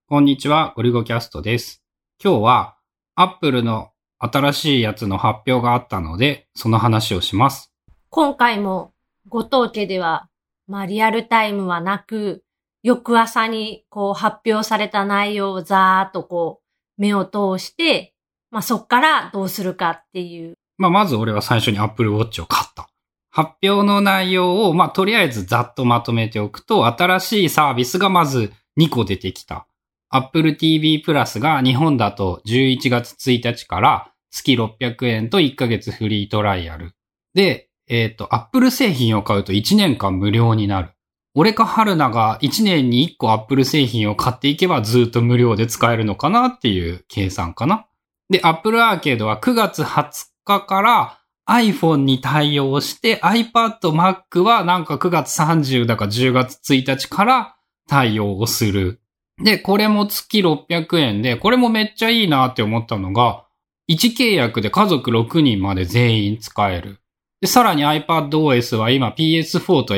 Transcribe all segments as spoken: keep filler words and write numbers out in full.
こんにちは、ゴリゴキャストです。今日は Apple の新しいやつの発表があったので、その話をします。 今回も後藤家では、まあリアルタイムはなく、翌朝にこう発表された内容をざーっとこう目を通して、まあそっからどうするかっていう。 まあまず俺は最初に Apple Watch を買った。発表の内容をまあとりあえずざっとまとめておくと、新しいサービスがまずにこ出てきた。Apple ティーブイ プラスが日本だとじゅういちがつついたちから月ろっぴゃくえんといっかげつフリートライアル。で、えっと、Apple 製品を買うといちねんかん無料になる。俺か春菜がいちねんにいっこ Apple 製品を買っていけばずっと無料で使えるのかなっていう計算かな。で、Apple Arcade はくがつはつかから iPhone に対応して iPad、Mac はなんかくがつさんじゅうだかじゅうがつついたちから対応をする。で、これも月ろっぴゃくえんで、これもめっちゃいいなって思ったのが、いち契約で家族ろくにんまで全員使える。で、さらに iPadOS は今 ピーエスフォー と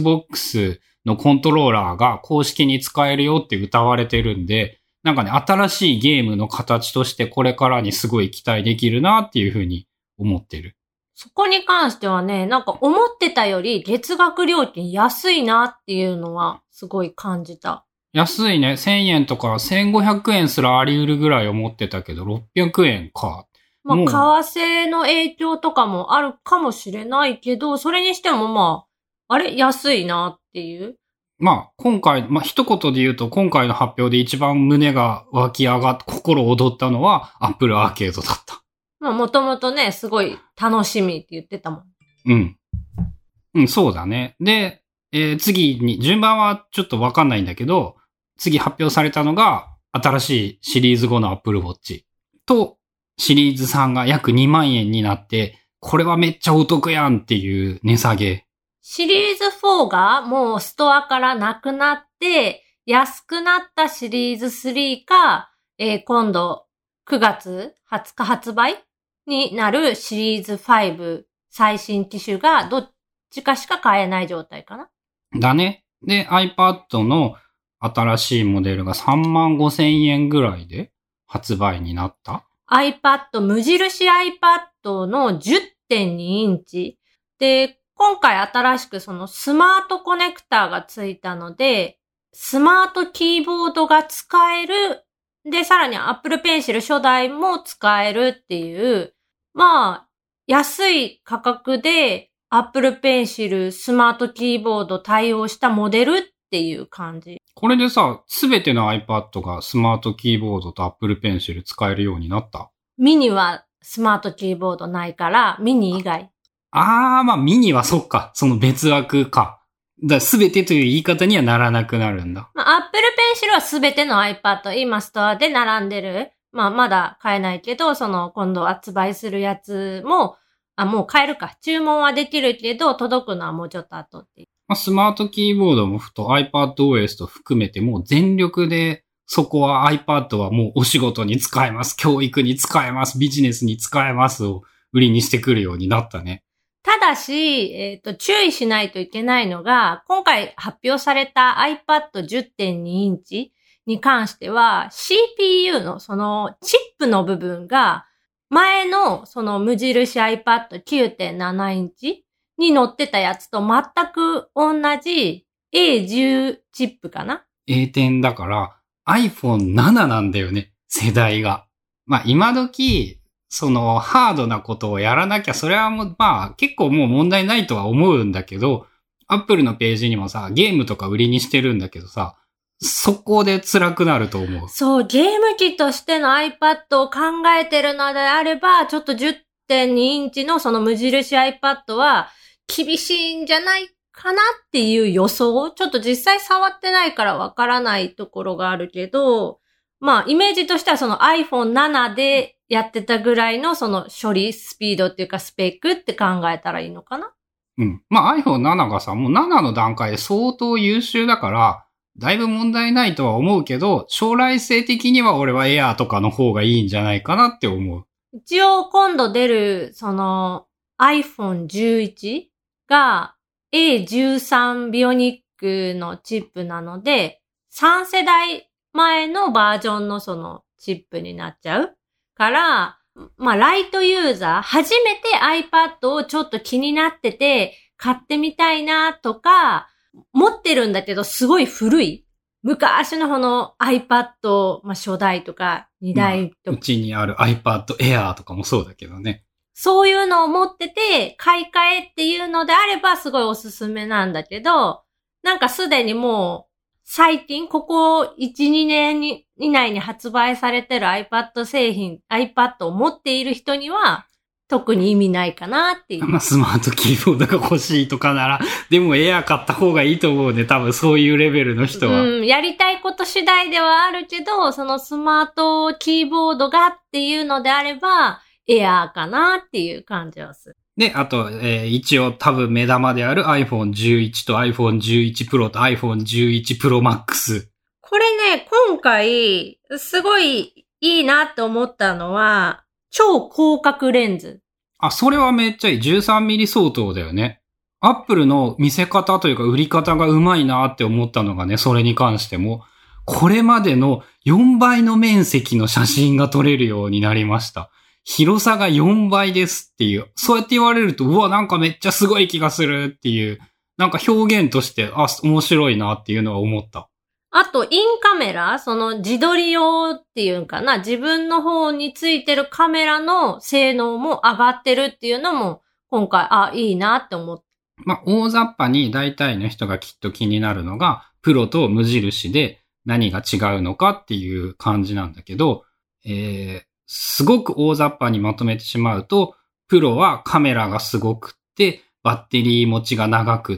Xbox のコントローラーが公式に使えるよって謳われてるんで、なんかね、新しいゲームの形としてこれからにすごい期待できるなっていうふうに思ってる。 そこに関してはね、なんか思ってたより月額料金安いなっていうのはすごい感じた。 安いね。せんえんとかせんごひゃくえんすらあり得るぐらい思ってたけど、ろっぴゃくえんか。 まあ、為替の影響とかもあるかもしれないけど、それにしてもまあ、あれ安いなっていう。 まあ、今回、まあ一言で言うと、今回の発表で一番胸が湧き上がって、心躍ったのは Apple Arcade だった。 まあ、もともとね、すごい楽しみって言ってたもん。 うん。うん、そうだね。で、えー、次に、順番はちょっとわかんないんだけど、次発表されたのが、新しいシリーズごの Apple Watch と、シリーズさんが約にまんえんになって、これはめっちゃお得やんっていう値下げ。 シリーズフォーがもうストアからなくなって、安くなったシリーズスリーか、えー、今度くがつはつか発売になるシリーズファイブ最新機種がどっちかしか買えない状態かな。 だね。で、iPad の新しいモデルがさんまんごせんえんぐらいで発売になった。 iPad、無印 iPad の じゅってんに インチ。で、今回新しくそのスマートコネクターがついたので、スマートキーボードが使える。で、さらに Apple Pencil 初代も使えるっていう、まあ、安い価格で Apple Pencil スマートキーボード対応したモデルっていう感じ。 これでさ、すべての iPad がスマートキーボードと Apple Pencil 使えるようになった？ ミニはスマートキーボードないから、ミニ以外。 あー、まあミニはそっか。その別枠か。だすべてという言い方にはならなくなるんだ。 まあ、Apple Pencil はすべての iPad、今ストアで並んでる。まあ、まだ買えないけど、その、今度発売するやつも、あ、もう買えるか。注文はできるけど、届くのはもうちょっと後っていう。 まあ、スマートキーボードもふと iPadOS と含めてもう全力で、そこは iPad はもうお仕事に使えます。教育に使えます。ビジネスに使えますを売りにしてくるようになったね。 ただし、えっと、注意しないといけないのが、今回発表された iPad じゅってんに インチに関しては、シーピーユー のそのチップの部分が、前のその無印 iPad きゅうてんなな インチに載ってたやつと全く同じ エーじゅう チップかな？ エーテン だから アイフォンセブン なんだよね。世代が。まあ今時、そのハードなことをやらなきゃ、それはもう、まあ結構もう問題ないとは思うんだけど、Apple のページにもさ、ゲームとか売りにしてるんだけどさ、そこで辛くなると思う。 そう、ゲーム機としての iPad を考えてるのであれば、ちょっと じゅってんに インチのその無印 iPad は厳しいんじゃないかなっていう予想。ちょっと実際触ってないからわからないところがあるけど、まあイメージとしてはその アイフォンセブン でやってたぐらいのその処理スピードっていうかスペックって考えたらいいのかな？ うん。まあ アイフォンセブン がさ、もうななの段階で相当優秀だから、だいぶ問題ないとは思うけど、将来性的には俺は Air とかの方がいいんじゃないかなって思う。 一応今度出るその アイフォンじゅういち が エーじゅうさん ビオニックのチップなので、さん世代前のバージョンのそのチップになっちゃうから、まあライトユーザー、初めて iPad をちょっと気になってて買ってみたいなとか、持ってるんだけどすごい古い。昔のこの iPad、まあ初代とかにだいとか、 まあ、うちにある iPad Air とかもそうだけどね。 そういうのを持ってて買い替えっていうのであればすごいおすすめなんだけど、なんかすでにもう最近ここいち、にねんに以内に発売されてる iPad 製品、iPad を持っている人には特に意味ないかなっていう。 まあスマートキーボードが欲しいとかなら、でも Air 買った方がいいと思うね。多分そういうレベルの人は。 うん、やりたいこと次第ではあるけど、そのスマートキーボードがっていうのであれば、Air かなっていう感じはする。 で、あと、えー、一応多分目玉である アイフォンじゅういち と アイフォンじゅういち Pro と アイフォンじゅういち Pro Max。 これね、今回、すごいいいなって思ったのは、超広角レンズ。 あ、それはめっちゃいい。じゅうさんミリ相当だよね。アップルの見せ方というか売り方がうまいなって思ったのがね、それに関しても。これまでのよんばいの面積の写真が撮れるようになりました。広さがよんばいですっていう。そうやって言われると、うわ、なんかめっちゃすごい気がするっていう。なんか表現として、あ、面白いなっていうのは思った。 あと、インカメラ、その自撮り用っていうんかな、自分の方についてるカメラの性能も上がってるっていうのも、今回、あ、いいなって思った。 まあ、大雑把に大体の人がきっと気になるのが、プロと無印で何が違うのかっていう感じなんだけど、えー、すごく大雑把にまとめてしまうと、プロはカメラがすごくって、バッテリー持ちが長くって、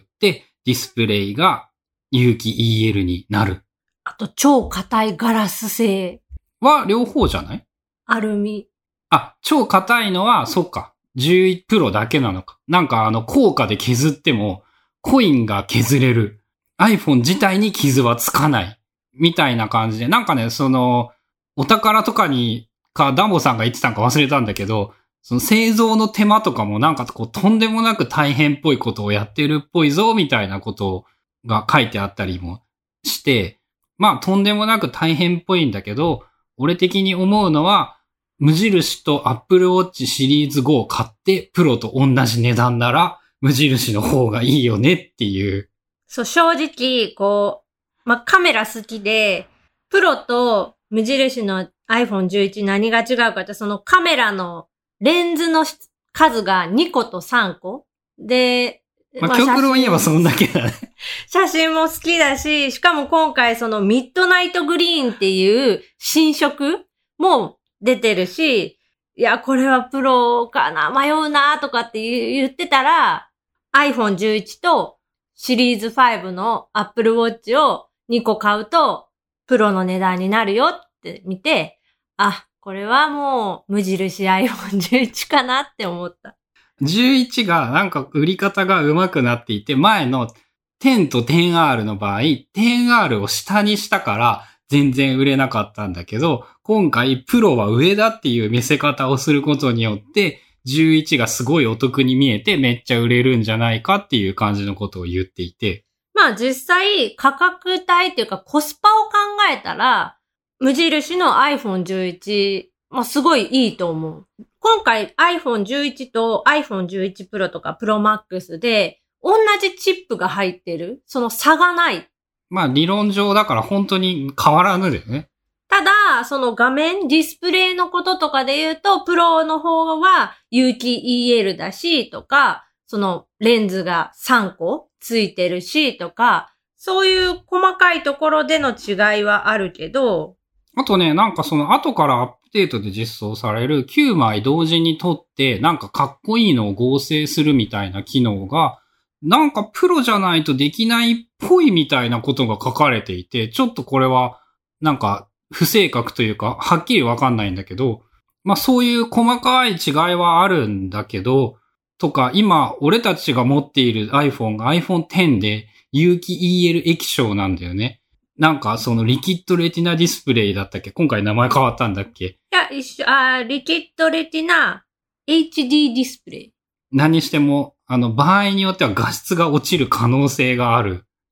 ディスプレイが有機 イーエル になる。 あと、超硬いガラス製。 は両方じゃない？ アルミ。 あ、超硬いのは、そっか。じゅういちプロだけなのか。なんかあの、硬貨で削っても、コインが削れる。iPhone 自体に傷はつかない。みたいな感じで。なんかね、その、お宝とかに、か、ダンボさんが言ってたんか忘れたんだけど、その製造の手間とかもなんかこう、とんでもなく大変っぽいことをやってるっぽいぞ、みたいなことが書いてあったりもして、まあ、とんでもなく大変っぽいんだけど、俺的に思うのは、無印と Apple Watch シリーズごを買って、プロと同じ値段なら、無印の方がいいよねっていう。 そう、正直、こう、まあ、カメラ好きで、プロと無印の アイフォンじゅういち 何が違うかって、そのカメラのレンズの数がにことさんこで、 まあ、極論言えばそんだけだね。 写真も好きだし、しかも今回そのミッドナイトグリーンっていう新色も出てるし、いや、これはプロかな、迷うなとかって言ってたら、アイフォンじゅういち とシリーズごの Apple Watch をにこ買うと、プロの値段になるよって見て、あ、これはもう無印 アイフォンじゅういち かなって思った。 じゅういちがなんか売り方が上手くなっていて、前のじゅうと じゅうアール の場合、じゅうアール を下にしたから全然売れなかったんだけど、今回プロは上だっていう見せ方をすることによって、じゅういちがすごいお得に見えてめっちゃ売れるんじゃないかっていう感じのことを言っていて。 まあ実際価格帯っていうかコスパを考えたら、無印の アイフォンじゅういち、まあすごいいいと思う。今回 アイフォンじゅういち と アイフォンじゅういち Pro とか Pro Max で同じチップが入ってる。その差がない。 まあ理論上だから本当に変わらぬだよね。 ただ、その画面、ディスプレイのこととかで言うと、プロの方は有機 イーエル だしとか、そのレンズがさんこついてるしとか、そういう細かいところでの違いはあるけど、 あとね、なんかその後からアップデートで実装されるきゅうまい同時に撮ってなんかかっこいいのを合成するみたいな機能がなんかプロじゃないとできないっぽいみたいなことが書かれていて、ちょっとこれはなんか不正確というかはっきりわかんないんだけど、まあそういう細かい違いはあるんだけど、とか今俺たちが持っている iPhone が アイフォンテン で有機 イーエル 液晶なんだよね。なんか、その、リキッドレティナディスプレイだったっけ？今回名前変わったんだっけ？ いや、一緒、あ、リキッドレティナ エイチディー ディスプレイ。 何にしても、あの、場合によっては画質が落ちる可能性がある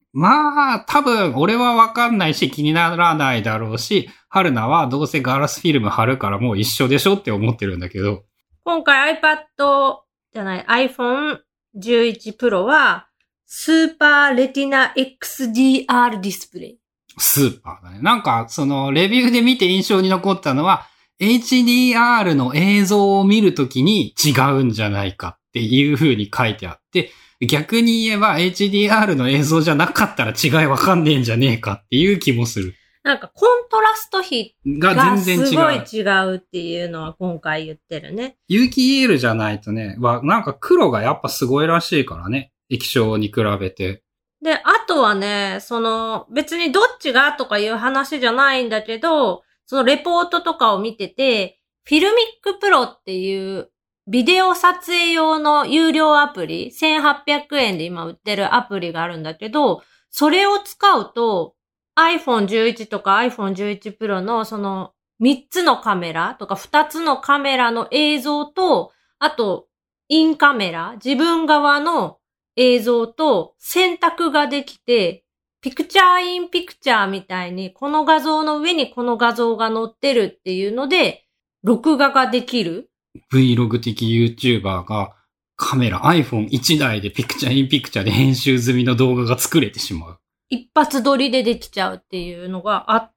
まあ、多分、俺はわかんないし気にならないだろうし、春菜はどうせガラスフィルム貼るからもう一緒でしょって思ってるんだけど。 今回 iPad じゃない アイフォンじゅういち Pro は、スーパーレティナ エックスディーアール ディスプレイ。 スーパーだね。なんか、その、レビューで見て印象に残ったのは、エイチディーアール の映像を見るときに違うんじゃないかっていう風に書いてあって、逆に言えば エイチディーアール の映像じゃなかったら違いわかんねえんじゃねえかっていう気もする。 なんかコントラスト比がが全然違う。 すごい違うっていうのは今回言ってるね。 有機 イーエル じゃないとね、はなんか黒がやっぱすごいらしいからね。液晶に比べて。 で、あとはね、その別にどっちがとかいう話じゃないんだけど、そのレポートとかを見てて、フィルミックプロっていうビデオ撮影用の有料アプリ、せんはっぴゃくえんで今売ってるアプリがあるんだけど、それを使うと アイフォンじゅういち とか アイフォンじゅういち Pro のそのみっつのカメラとかふたつのカメラの映像と、あとインカメラ、自分側の映像と選択ができて、ピクチャーインピクチャーみたいにこの画像の上にこの画像が載ってるっていうので、録画ができる。 Vlog 的 YouTuber がカメラ アイフォンいち 台でピクチャーインピクチャーで編集済みの動画が作れてしまう。 一発撮りでできちゃうっていうのがあって、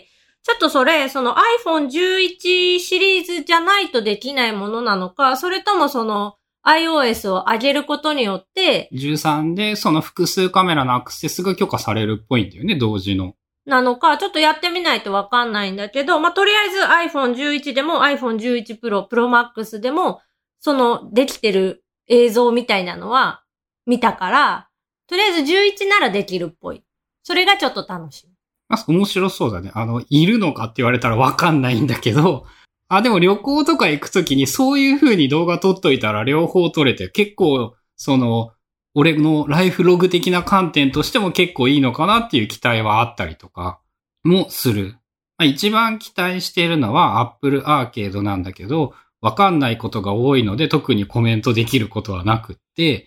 ちょっとそれ、その アイフォンじゅういち シリーズじゃないとできないものなのか、それともその iOS を上げることによって、 じゅうさんでその複数カメラのアクセスが許可されるっぽいんだよね、同時の。 なのか、ちょっとやってみないとわかんないんだけど、まあ、とりあえず アイフォンじゅういち でも アイフォンじゅういち Pro、Pro Max でも、そのできてる映像みたいなのは見たから、とりあえずじゅういちならできるっぽい。それがちょっと楽しみ。 あ、面白そうだね。あの、いるのかって言われたらわかんないんだけど、あ、でも旅行とか行くときにそういう風に動画撮っといたら両方撮れて、結構、その、俺のライフログ的な観点としても結構いいのかなっていう期待はあったりとかもする。まあ、一番期待しているのは Apple Arcade なんだけど、わかんないことが多いので特にコメントできることはなくって、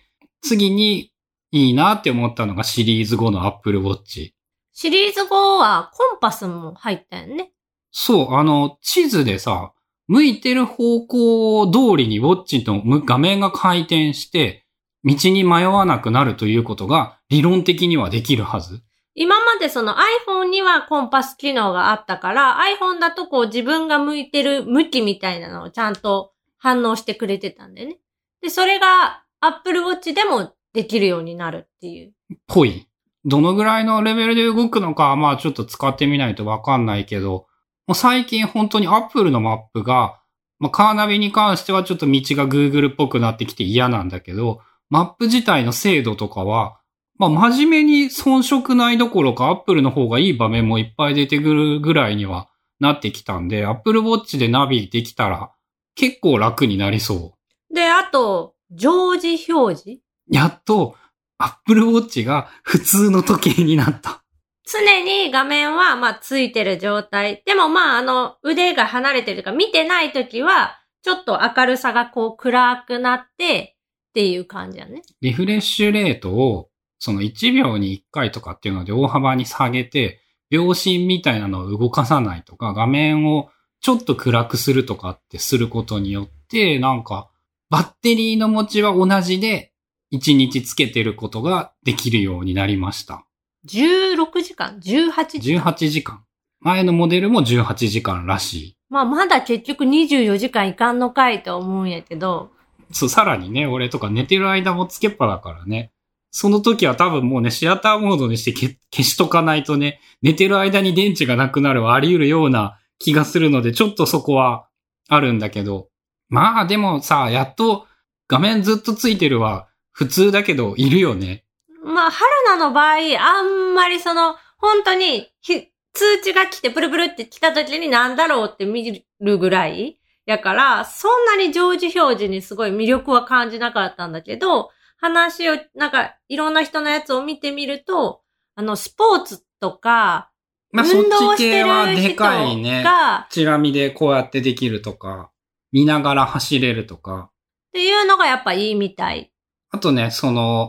次にいいなって思ったのがシリーズごの Apple Watch。 シリーズごはコンパスも入ったよね。 そう、あの、地図でさ、向いてる方向通りにウォッチの画面が回転して、道に迷わなくなるということが理論的にはできるはず。 今までその iPhone にはコンパス機能があったから、iPhone だとこう自分が向いてる向きみたいなのをちゃんと反応してくれてたんだよね。で、それが Apple Watch でもできるようになるっていう。 ぽい。どのぐらいのレベルで動くのかはまあちょっと使ってみないとわかんないけど、もう最近本当に Apple のマップが、まあ、カーナビに関してはちょっと道が Google っぽくなってきて嫌なんだけど、マップ自体の精度とかは、まあ真面目に遜色ないどころか Apple の方がいい場面もいっぱい出てくるぐらいにはなってきたんで、Apple Watch でナビできたら結構楽になりそう。 で、あと、常時表示？ やっと Apple Watch が普通の時計になった。 常に画面はまあついてる状態。でもまああの腕が離れてるとか見てないときはちょっと明るさがこう暗くなってっていう感じだね。 リフレッシュレートをそのいちびょうにいっかいとかっていうので大幅に下げて秒針みたいなのを動かさないとか画面をちょっと暗くするとかってすることによってなんかバッテリーの持ちは同じでいちにちつけてることができるようになりました。 じゅうろくじかん ?じゅうはちじかん ?じじゅうはちじかん。前のモデルもじゅうはちじかんらしい。 まあまだ結局にじゅうよじかんいかんのかいと思うんやけど。 そう、さらにね、俺とか寝てる間もつけっぱだからね。その時は多分もうね、シアターモードにして消消しとかないとね、寝てる間に電池がなくなるはあり得るような気がするので、ちょっとそこはあるんだけど。まあでもさ、やっと画面ずっとついてるは普通だけどいるよね。 まあ、春菜の場合、あんまりその、本当に、通知が来てプルプルって来た時になんだろうって見るぐらいやから、そんなに常時表示にすごい魅力は感じなかったんだけど、話を、なんか、いろんな人のやつを見てみると、あの、スポーツとか、 まあ、 運動そっちしてる系はで人かいね。 が、 チラ見でこうやってできるとか、見ながら走れるとか。 っていうのがやっぱいいみたい。 あとね、その、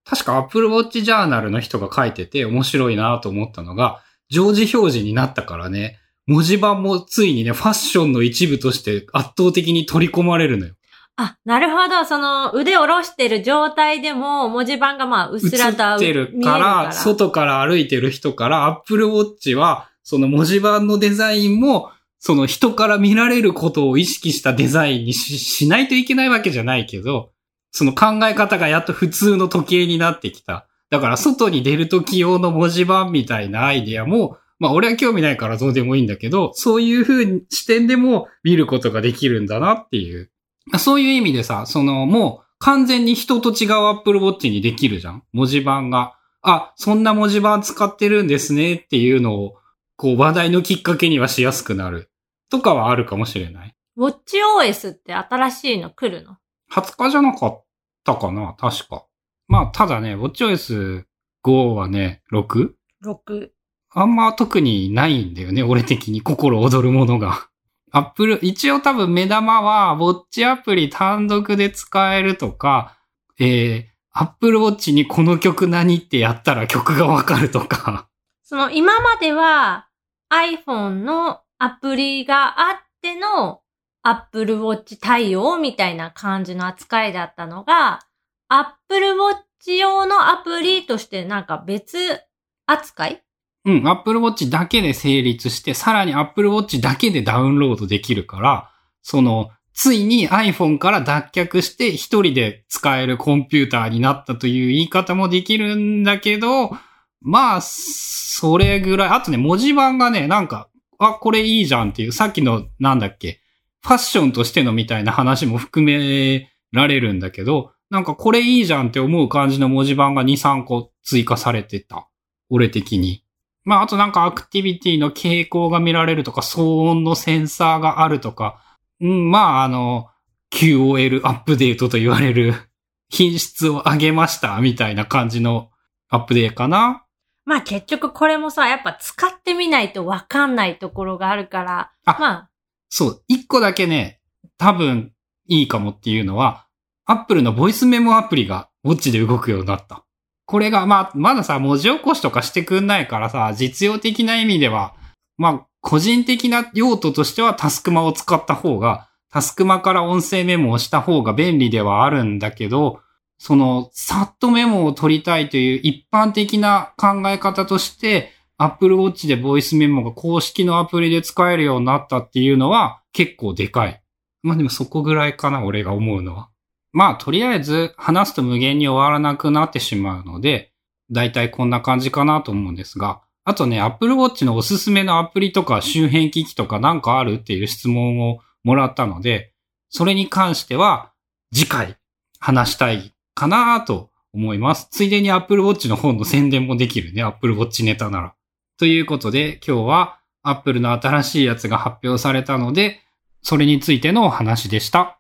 確か Apple Watch Journal の人が書いてて面白いなと思ったのが、常時表示になったからね、文字盤もついにね、ファッションの一部として圧倒的に取り込まれるのよ。 あ、なるほど。その腕を下ろしてる状態でも文字盤がまあうっすらと映ってるから、外から歩いてる人から Apple Watch はその文字盤のデザインもその人から見られることを意識したデザインに し, しないといけないわけじゃないけど、その考え方がやっと普通の時計になってきた。だから外に出る時用の文字盤みたいなアイデアも、まあ俺は興味ないからどうでもいいんだけど、そういう風に視点でも見ることができるんだなっていう。そういう意味でさ、そのもう完全に人と違う Apple Watch にできるじゃん。文字盤が。あ、そんな文字盤使ってるんですねっていうのを、こう話題のきっかけにはしやすくなる。とかはあるかもしれない。 WatchOS って新しいの来るの？ はつかじゃなかったかな確か。まあ、ただね、WatchOS ごはね、ろく? ろく。 あんま特にないんだよね、俺的に心躍るものが。Apple、一応多分目玉は、ウォッチアプリ単独で使えるとか、えー、Apple Watch にこの曲何ってやったら曲がわかるとか。 その今までは iPhone のアプリがあっての Apple Watch 対応みたいな感じの扱いだったのが、Apple Watch 用のアプリとしてなんか別扱い？ うん、Apple Watch だけで成立して、さらに Apple Watch だけでダウンロードできるから、その、ついに iPhone から脱却して一人で使えるコンピューターになったという言い方もできるんだけど、まあ、それぐらい。あとね、文字盤がね、なんか、あ、これいいじゃんっていう、さっきのなんだっけ、ファッションとしてのみたいな話も含められるんだけど、なんかこれいいじゃんって思う感じの文字盤がに、さんこ追加されてた。俺的に。まあ、あとなんかアクティビティの傾向が見られるとか、騒音のセンサーがあるとか、うん、まあ、あの、キューオーエル アップデートと言われる品質を上げましたみたいな感じのアップデートかな。 まあ結局これもさ、やっぱ使ってみないとわかんないところがあるから、 あ、 まあ。 そう、一個だけね、多分いいかもっていうのは、Apple のボイスメモアプリがウォッチで動くようになった。これが、まあ、まださ、文字起こしとかしてくんないからさ、実用的な意味では、まあ、個人的な用途としてはタスクマを使った方が、タスクマから音声メモをした方が便利ではあるんだけど、その、さっとメモを取りたいという一般的な考え方として、Apple Watch でボイスメモが公式のアプリで使えるようになったっていうのは結構でかい。まあでもそこぐらいかな、俺が思うのは。まあ、とりあえず話すと無限に終わらなくなってしまうので、だいたいこんな感じかなと思うんですが、あとね、Apple Watch のおすすめのアプリとか周辺機器とかなんかあるっていう質問をもらったので、それに関しては次回話したいかなと思います。ついでに Apple Watch の本の宣伝もできるね、Apple Watch ネタなら。ということで、今日は Apple の新しいやつが発表されたので、それについてのお話でした。